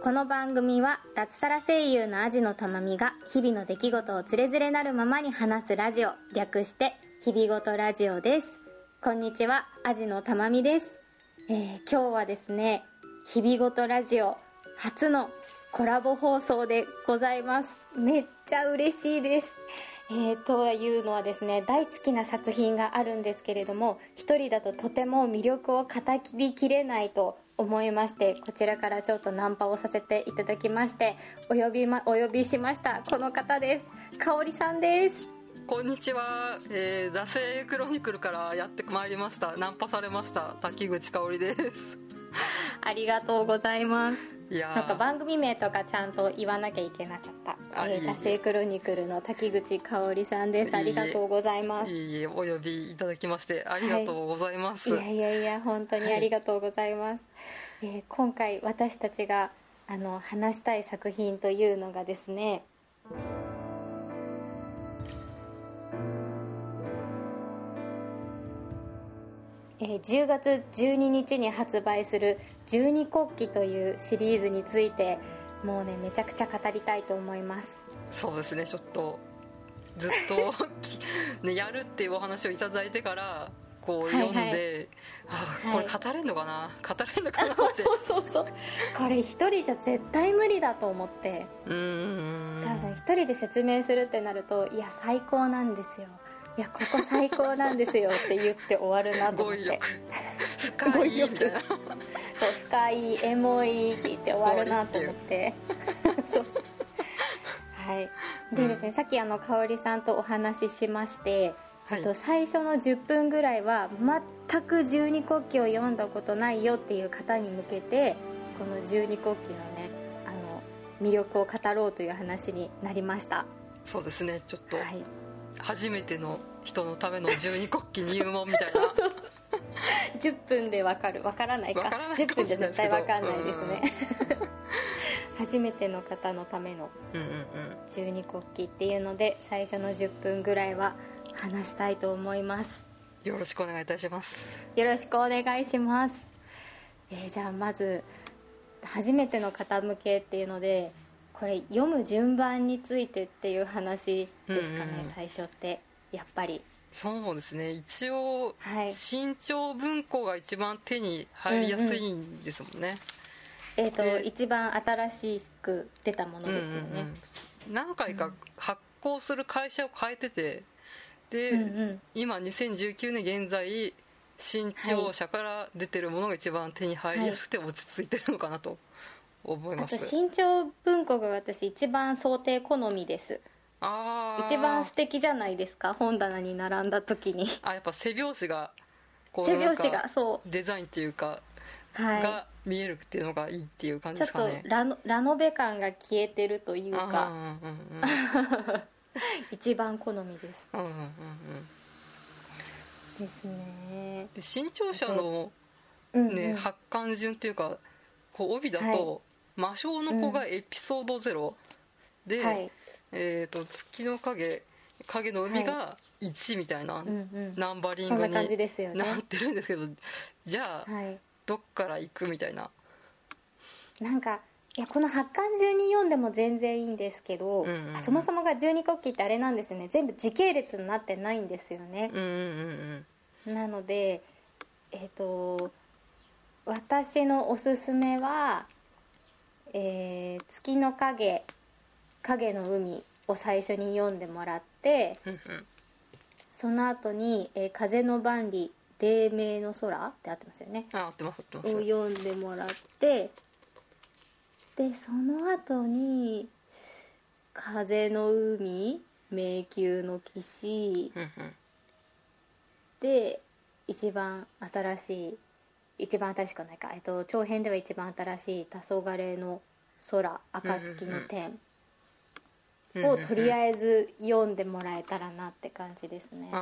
この番組は脱サラ声優のアジのたまみが日々の出来事をつれづれなるままに話すラジオ、略して日々ごとラジオです。こんにちは、アジのたまみです。今日はですね、日々ごとラジオ初のコラボ放送でございます。めっちゃ嬉しいです。というのはですね、大好きな作品があるんですけれども、一人だととても魅力を語りきれないと思いまして、こちらからちょっとナンパをさせていただきまして、お呼びしました。この方です。かおりさんです。 こんにちは、惰性クロニクルからやってまいりました、ナンパされました滝口かおりです。 ありがとうございます。 いやなんか番組名とかちゃんと言わなきゃいけなかった。惰性クロニクルの滝口かおりさんです。ありがとうございます。 いえお呼びいただきましてありがとうございます。 はい、いや本当にありがとうございます。今回私たちが話したい作品というのがですね、10月12日に発売する十二国旗というシリーズについてもうねめちゃくちゃ語りたいと思います。 そうですね、ちょっとずっと、ね、やるっていうお話をいただいてからこう読んで、これ語れんのかな、語れんのかなってそうこれ一人じゃ絶対無理だと思って、多分一人で説明するってなると、いや最高なんですよ、いやここ最高なんですよって言って終わるなと思って語彙力深いみたいなそう深いエモいって言って終わるなと思ってそうはいでですね、さっきかおりさんとお話ししまして、最初の10分ぐらいは全く十二国旗を読んだことないよっていう方に向けて、この十二国旗のね魅力を語ろうという話になりました。 そうですね、ちょっと、 はい、 初めての人のための十二国旗入門みたいなそう10分でわからないか10分じゃ絶対わかんないですね初めての方のための十二国旗っていうので、最初の10分ぐらいは話したいと思います。 よろしくお願いいたします。 よろしくお願いします。じゃあまず初めての方向けっていうので、これ読む順番についてっていう話ですかね、最初ってやっぱり。 そうですね、一応、新潮文庫が一番手に入りやすいんですもんね。 一番新しく出たものですよね。 何回か発行する会社を変えてて、で、今2019年現在新潮社から出てるものが一番手に入りやすくて落ち着いてるのかなと思います。 あと新潮文庫が私一番想定好みです。一番素敵じゃないですか、本棚に並んだ時に。 やっぱ背表紙がこう背表紙がそうデザインっていうか、が見えるっていうのがいいっていう感じですかね。 ちょっとラノベ感が消えてるというか一番好みです。ですね。 で新潮社の、発刊順っていうか、こう帯だと、魔性の子がエピソード0で、月の影の海が1みたいな、ナンバリングになってるんですけど、じゃあ、どっから行くみたいな。 なんかいやこの発刊順に読んでも全然いいんですけど、そもそもが十二国旗ってあれなんですよね、全部時系列になってないんですよね。なので私のおすすめは、月の影の海を最初に読んでもらって、その後に、風の万里黎明の空って合ってますよね。 合ってますを読んでもらって、でその後に風の海迷宮の騎士で一番新しくはないか、長編では一番新しい黄昏の空暁の天をとりあえず読んでもらえたらなって感じですね。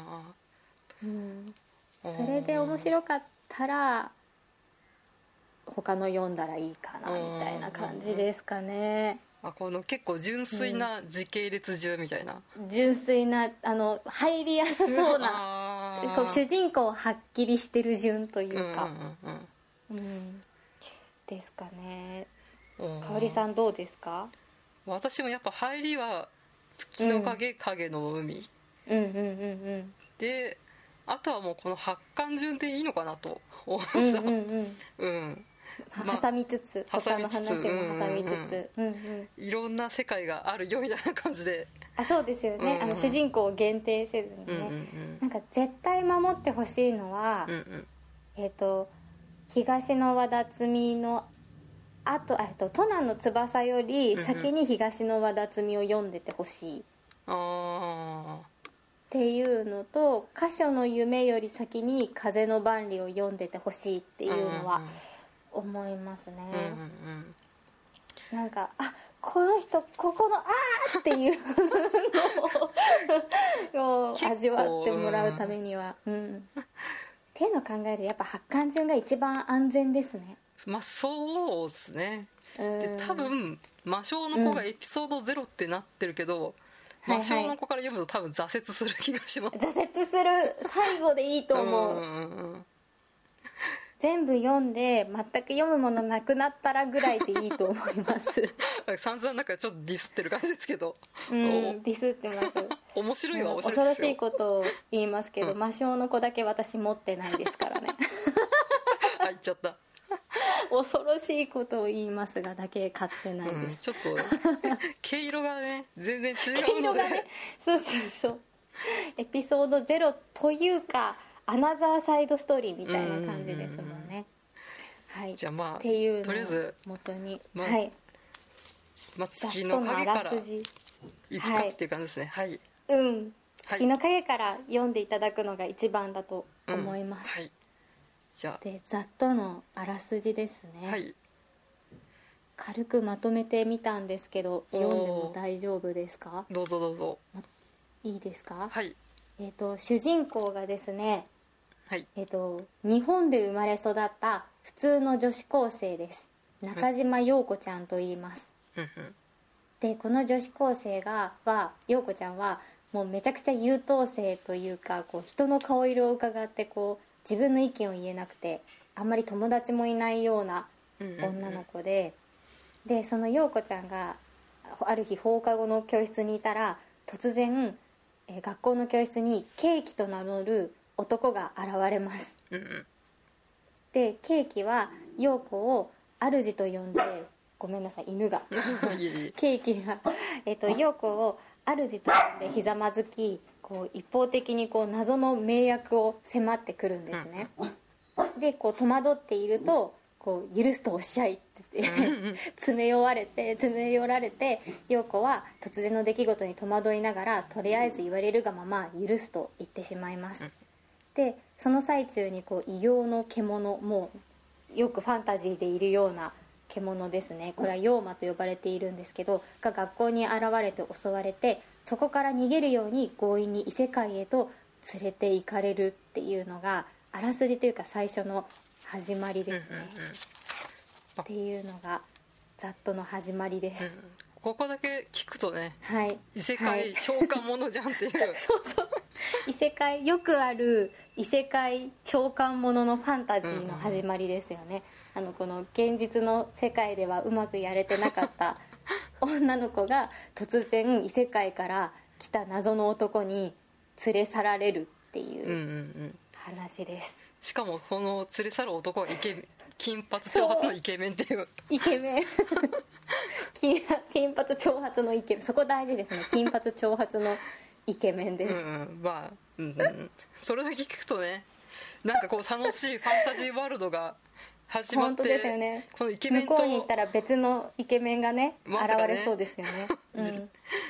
それで面白かったら他の読んだらいいかなみたいな感じですかね。 この結構純粋な時系列順みたいな、 純粋な入りやすそうなこう主人公はっきりしてる順というか、ですかね。 香織さんどうですか？ 私もやっぱ入りは月の影、影の海、であとはもうこの八巻順でいいのかなと思いました。 挟みつつ他の話も挟みつつ、 いろんな世界があるよみたいな感じで、 そうですよね、主人公を限定せずにね、なんか絶対守ってほしいのは、東の輪辰巳のあとトナの翼より先に東の輪辰巳を読んでてほしいっていうのと、箇所の夢より先に風の万里を読んでてほしいっていうのは思いますね。なんかこの人ここのっていうのを味わってもらうためには、っていうのを考えるとやっぱ八巻順が一番安全ですね。 そうですね。で多分魔性の子がエピソード0ってなってるけど、魔性の子から読むと多分挫折する気がします。 挫折する最後でいいと思う。全部読んで全く読むものなくなったらぐらいでいいと思います散々なんかちょっとディスってる感じですけど、 ディスってます面白いは面白いですよ。 恐ろしいことを言いますけど、魔性の子だけ私持ってないですからね言っちゃった恐ろしいことを言いますがだけ買ってないです、 ちょっと毛色がね全然違うので、 毛色がね、そうエピソード0というかアナザーサイドストーリーみたいな感じですもんね。 じゃあっていうとりあえず元に、 月の影からいくかっていう感じですね。 月の影から読んでいただくのが一番だと思います。 じゃあでざっとのあらすじですね。軽くまとめてみたんですけど読んでも大丈夫ですか？ どうぞどうぞ。 いいですか？ 主人公がですね、日本で生まれ育った普通の女子高生です。中島陽子ちゃんと言います。でこの女子高生陽子ちゃんはもうめちゃくちゃ優等生というか、人の顔色を伺って自分の意見を言えなくてあんまり友達もいないような女の子で、でその陽子ちゃんがある日放課後の教室にいたら突然学校の教室にケーキと名乗る男が現れます。でケーキは陽子を主と呼んで、ごめんなさい犬がケーキが、陽子を主と呼んでひざまずき一方的に謎の名役を迫ってくるんですね。で戸惑っていると許すとおっしゃいって詰め寄られて陽子は突然の出来事に戸惑いながらとりあえず言われるがまま許すと言ってしまいます。でその最中に異形の獣、もうよくファンタジーでいるような獣ですね、これは妖魔と呼ばれているんですけどが学校に現れて襲われて、そこから逃げるように強引に異世界へと連れて行かれるっていうのがあらすじというか最初の始まりですね。っていうのがざっとの始まりです。 ここだけ聞くとね、異世界召喚者じゃんっていうそう異世界よくある異世界召喚者のファンタジーの始まりですよね。この現実の世界ではうまくやれてなかった女の子が突然異世界から来た謎の男に連れ去られるっていう話です。 しかもその連れ去る男は金髪長髪のイケメンっていうイケメン金髪長髪のイケメン、そこ大事ですね。金髪長髪のイケメンです。 それだけ聞くとね、なんか楽しいファンタジーワールドが始まって、 本当ですよね。 このイケメンと向こうに行ったら別のイケメンがね、現れそうですよね。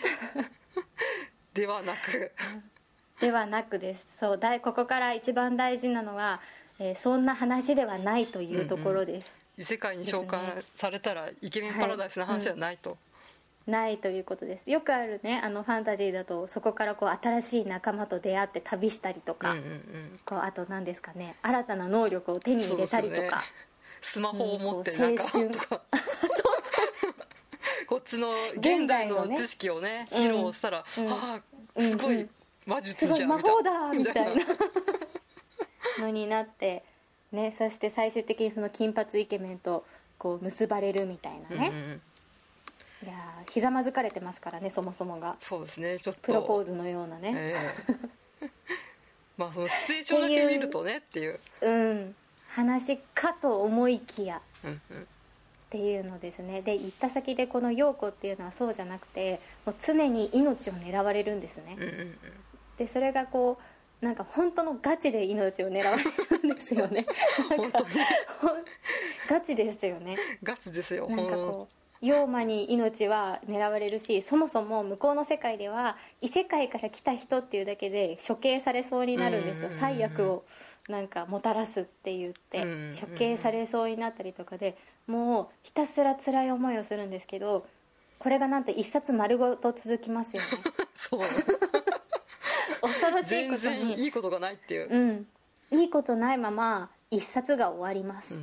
ではなくではなくです。ここから一番大事なのは、そんな話ではないというところです。 異世界に召喚されたらイケメンパラダイスの話はないと、 ないということです。よくあるね、ファンタジーだとそこから新しい仲間と出会って旅したりとか、あと何ですかね、新たな能力を手に入れたりとか、 スマホを持ってなんかとかこっちの現代の知識をね披露したら、すごい魔術じゃん、 魔法だみたいなのになってね、そして最終的にその金髪イケメンとこう結ばれるみたいなね、いやひざまずかれてますからね、そもそもが。 そうですね、ちょっとプロポーズのようなね、 まあそのシチュエーションだけ見るとねっていう話かと思いきや、っていうのですね。で行った先でこの陽子っていうのはそうじゃなくて、もう常に命を狙われるんですね、でそれがこうなんか本当のガチで命を狙われるんですよね本当にガチですよね。 ガチですよ。 なんかこう妖魔に命は狙われるし、そもそも向こうの世界では異世界から来た人っていうだけで処刑されそうになるんですよ、災悪をなんかもたらすって言って処刑されそうになったりとかで、もうひたすら辛い思いをするんですけど、これがなんと一冊丸ごと続きますよねそう恐ろしいことに全然いいことがないっていう、 いいことないまま一冊が終わります、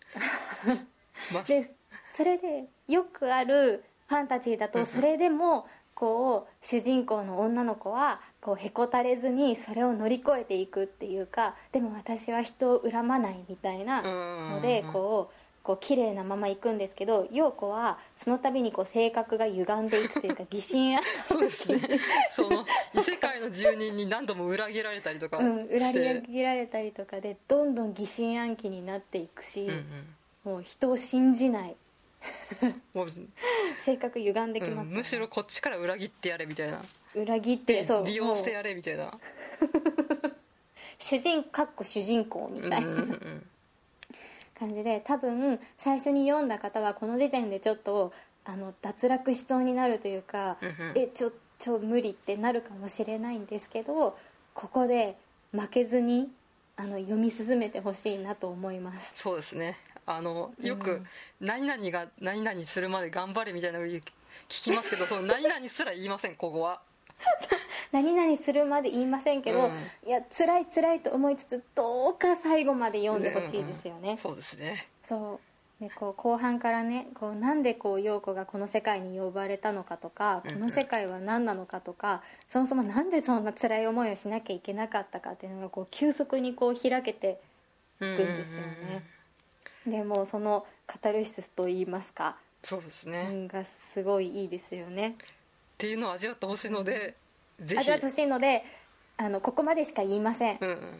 でそれでよくあるファンタジーだと、それでもこう主人公の女の子はこうへこたれずにそれを乗り越えていくっていうか、でも私は人を恨まないみたいなのでこう綺麗なままいくんですけど、陽子はその度にこう性格が歪んでいくというか疑心暗鬼そうですね、その異世界の住人に何度も裏切られたりとかして裏切られたりとかでどんどん疑心暗鬼になっていくし、もう人を信じないもう性格歪んできます、ね、 むしろこっちから裏切ってやれみたいな、 裏切ってそう利用してやれみたいな主人公みたいな感じで、多分最初に読んだ方はこの時点でちょっと脱落しそうになるというか、ちょ無理ってなるかもしれないんですけど、ここで負けずに読み進めてほしいなと思います。 そうですね、よく何々が何々するまで頑張れみたいなのを聞きますけど、その何々すら言いませんここは何々するまで言いませんけど、いや辛いと思いつつどうか最後まで読んでほしいですよね、 そうですね。 そうでこう後半からねなんで陽子がこの世界に呼ばれたのかとか、この世界は何なのかとか、そもそもなんでそんな辛い思いをしなきゃいけなかったかっていうのが急速に開けていくんですよね、でもそのカタルシスといいますか、 そうですね、 がすごいいいですよねっていうのを味わってほしいので、ぜひ味わってほしいのでここまでしか言いません、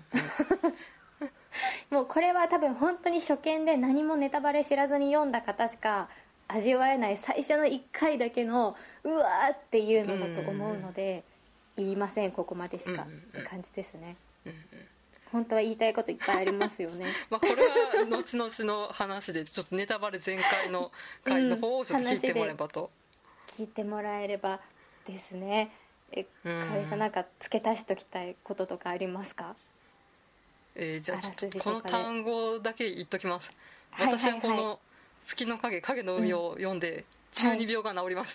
もうこれは多分本当に初見で何もネタバレ知らずに読んだ方しか味わえない最初の1回だけのうわーっていうのだと思うので、言いませんここまでしかって感じですね、本当は言いたいこといっぱいありますよねまあこれは後々の話でちょっとネタバレ全開の回の方をちょっと聞いてもらえればと、 聞いてもらえればですね。かおりさんなんか付け足しときたいこととかありますか？ じゃあちょっとこの単語だけ言っときます、私はこの「月の影影の海」を読んで中二病が治りました、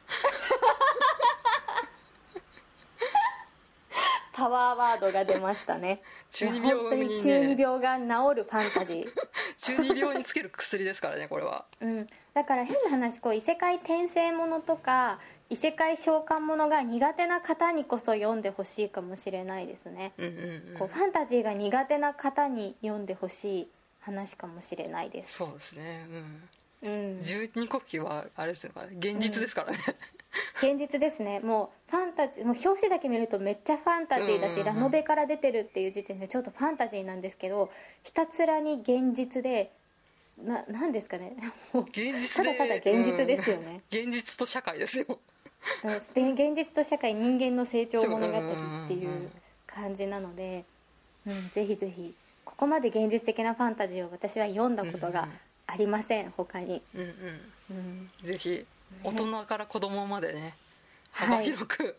パワーワードが出ましたね中二病にね、 本当に中二病が治るファンタジー中二病につける薬ですからねこれは、 だから変な話異世界転生ものとか異世界召喚ものが苦手な方にこそ読んでほしいかもしれないですね、ファンタジーが苦手な方に読んでほしい話かもしれないです。 そうですね、十二国旗はあれですよね、現実ですからね、 現実ですね。もうファンタジー、もう表紙だけ見るとめっちゃファンタジーだし、ラノベから出てるっていう時点でちょっとファンタジーなんですけど、ひたすらに現実でなんですかねもう現実でただ現実ですよね、 現実と社会ですよ現実と社会、人間の成長物語っていう感じなので、ぜひぜひここまで現実的なファンタジーを私は読んだことがありません、他に。 ぜひ大人から子供までね、幅広く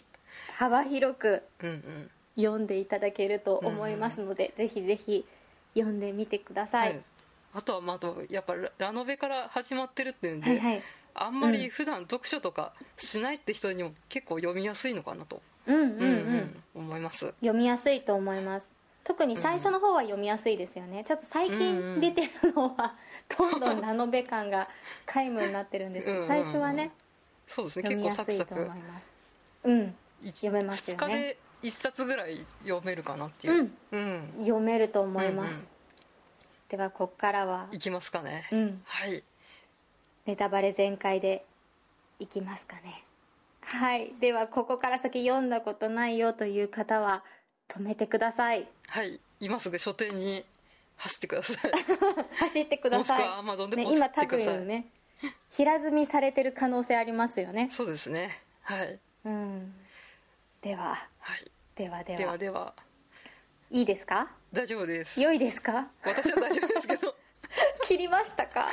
読んでいただけると思いますので、ぜひぜひ読んでみてください、 あとはやっぱラノベから始まってるっていうんで、あんまり普段読書とかしないって人にも結構読みやすいのかなと思います。 読みやすいと思います。特に最初の方は読みやすいですよね、ちょっと最近出てるのはどんどんラノベ感が皆無になってるんですけど、最初はね、 そうですね、 読みやすいと思います。読めますよね。 2日で1冊ぐらい読めるかなっていう、 読めると思います、 ではここからはいきますかね。はい、 ネタバレ全開でいきますかね。はい、ではここから先読んだことないよという方は止めてください。 はい、今すぐ書店に走ってください。 走ってください。 もしくは Amazon でポチってください。 今多分ね、平積みされてる可能性ありますよね。 そうですね。はい。 では、 はい、 ではでは。 いいですか？ 大丈夫です。 良いですか？ 私は大丈夫ですけど。 切りましたか？はい。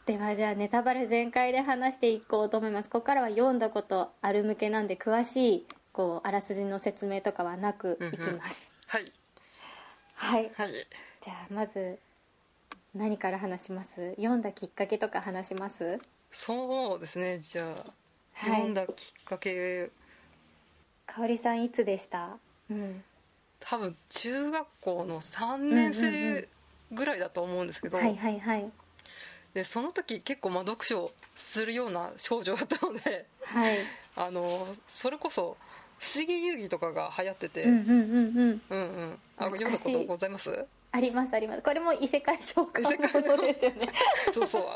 ではじゃあネタバレ全開で話していこうと思います。ここからは読んだことある向けなんで詳しいあらすじの説明とかはなくいきます。 はいはい、 はい、 じゃあまず何から話します？読んだきっかけとか話します？ そうですね。じゃあ、読んだきっかけ、 かおりさんいつでした？ 多分中学校の3年生ぐらいだと思うんですけど、 はいはいはい。 でその時結構読書するような少女だったので、 はい、 それこそ不思議遊戯とかが流行ってて、 読んだことございます？ ありますあります。これも異世界召喚ものですよね。 そうそう、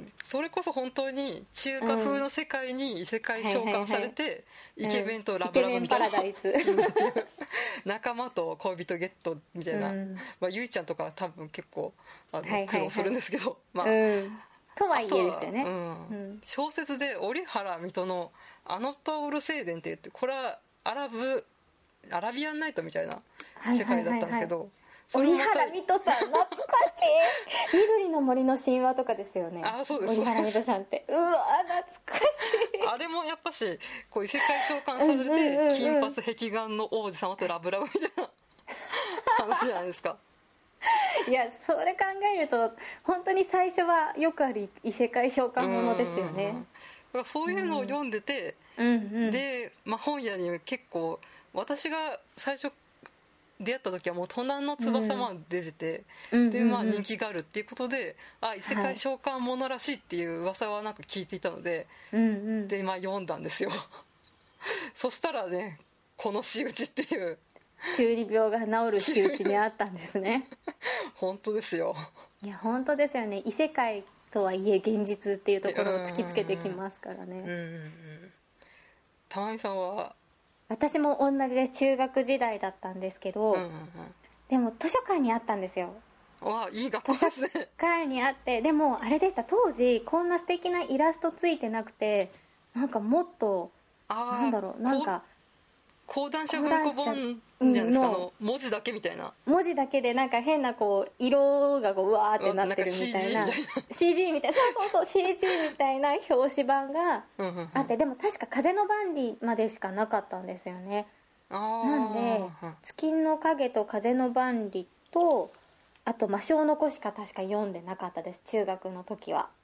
それこそ本当に中華風の世界に異世界召喚されて、イケメンとラブラブみたいな、 イケメンパラダイス仲間と恋人ゲットみたいな、ゆいちゃんとかは多分結構苦労するんですけど、 とはいえですよね。 小説で折原水戸の「アノタオル聖殿」って言って、これはアラビアンナイトみたいな世界だったんですけど、 折原水戸さん懐かしい。緑の森の神話とかですよね。 あ、そうです。 折原水戸さんって、うわ懐かしい。 あれもやっぱしこう異世界召喚されて、金髪壁眼の王子様とラブラブみたいな話じゃないですか。 いや、それ考えると本当に最初はよくある異世界召喚ものですよね。 そういうのを読んでて、で、本屋に結構、私が最初出会った時はもう隣の翼マン出てて、で人気があるっていうことで、異世界召喚ものらしいっていう噂はなんか聞いていたので、で読んだんですよ。そしたらね、この仕打ちっていう、 中二病が治る仕打ちにあったんですね。 本当ですよ。 いや本当ですよね。異世界とはいえ現実っていうところを突きつけてきますからね。 玉美さんは？ 私も同じです。中学時代だったんですけど、でも図書館にあったんですよ。 いい学校ですね。 図書館にあって、でもあれでした、当時こんな素敵なイラストついてなくて、なんかもっとなんだろう、なんか講談社文庫本じゃないですか、文字だけみたいな、 文字だけでなんか変な色がうわーってなってるみたいな CG みたいな、そう CG みたいな表紙版があって、でも確か風の万里までしかなかったんですよね。なんで月の影と風の万里と、あと魔性の子しか確か読んでなかったです、中学の時は。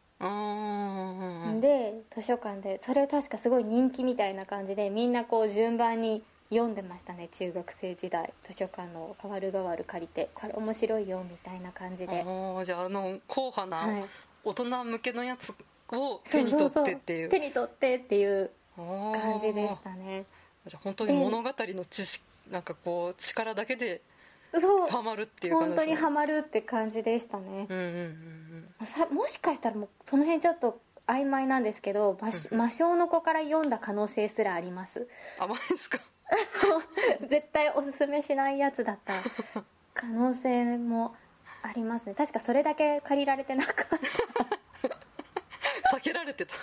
で図書館でそれ確かすごい人気みたいな感じで、みんな順番に読んでましたね、中学生時代。図書館の代わる代わる借りて、これ面白いよみたいな感じで。 じゃあ硬派な大人向けのやつを手に取ってっていう、 手に取ってっていう感じでしたね。 じゃあ本当に物語の知識、なんか力だけでハマるっていう感じですね。 本当にハマるって感じでしたね。もしかしたらもうその辺ちょっと曖昧なんですけど、魔性の子から読んだ可能性すらあります。 マジですか？ 絶対おすすめしないやつだった可能性もありますね。確かそれだけ借りられてなかった避けられてた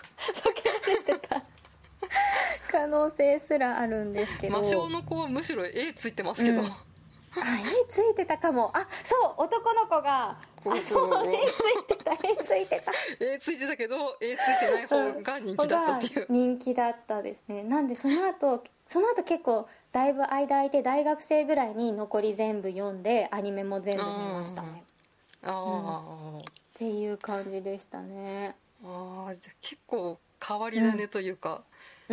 可能性すらあるんですけど、 魔性の子はむしろ絵ついてますけど、 絵ついてたかも。そう男の子がそう絵ついてたけど絵ついてない方が人気だったっていう、 人気だったですね。なんでその後結構だいぶ間空いて、大学生ぐらいに残り全部読んでアニメも全部見ましたね。っていう感じでしたね。 じゃあ結構変わり種というか、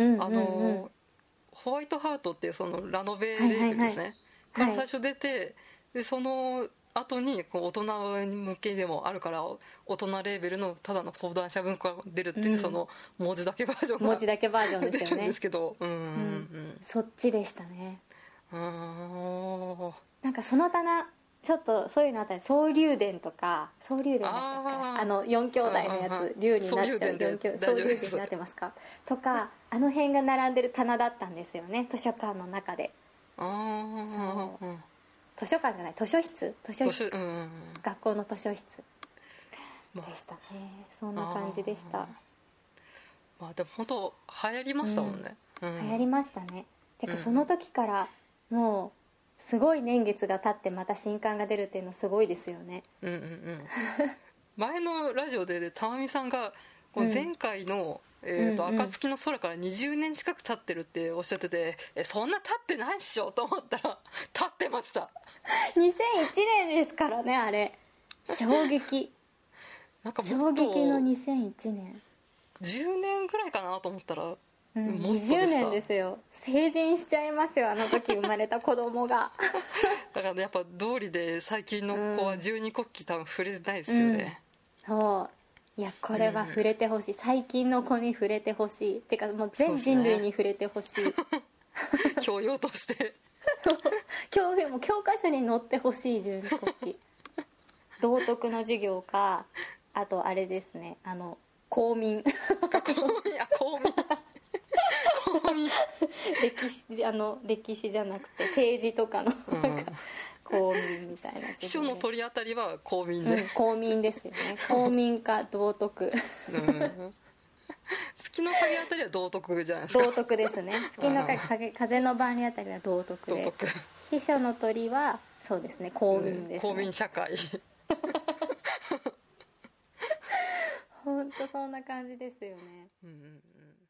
ホワイトハートっていうそのラノベレーベルですね、から最初出て、でその後に大人向けでもあるから大人レーベルのただの講談社文庫が出るっていう、その文字だけバージョンがですよね。 出るんですけど、 そっちでしたね。 なんかその棚ちょっとそういうのあったり、総龍伝とか、総龍伝でしたっけ、4兄弟のやつ龍になっちゃう、総龍伝になってますかとか、あの辺が並んでる棚だったんですよね、図書館の中で。そう、図書館じゃない、図書室か、学校の図書室でしたね。そんな感じでした。 まあでも本当流行りましたもんね、 流行りましたね。てかその時からもうすごい年月が経ってまた新刊が出るっていうのすごいですよね。 前のラジオでたまみさんが前回の暁の空から20年近く経ってるっておっしゃってて、そんな経ってないっしょと思ったら経ってました。 2001年ですからね、あれ。衝撃。 なんか衝撃の2001年。 10年ぐらいかなと思ったら、もっとでした。 20年ですよ。成人しちゃいますよ、あの時生まれた子供が。 だから、ね、やっぱ道理で最近の子は十二国旗多分触れてないですよね、 そういや、これは触れてほしい、最近の子に触れてほしいってか、もう全人類に触れてほしい、 教養として教科書に載ってほしい十二国旗。道徳の授業か、あとあれですね、公民歴史じゃなくて政治とかのなんか公民みたいな秘書の取り当たりは公民で、 公民ですよね。公民か道徳、 月の影あたりは道徳じゃないですか。 道徳ですね。月の影、風の万里あたりは道徳で、秘書の鳥はそうですね、公民ですね、 公民社会。 本当そんな感じですよね。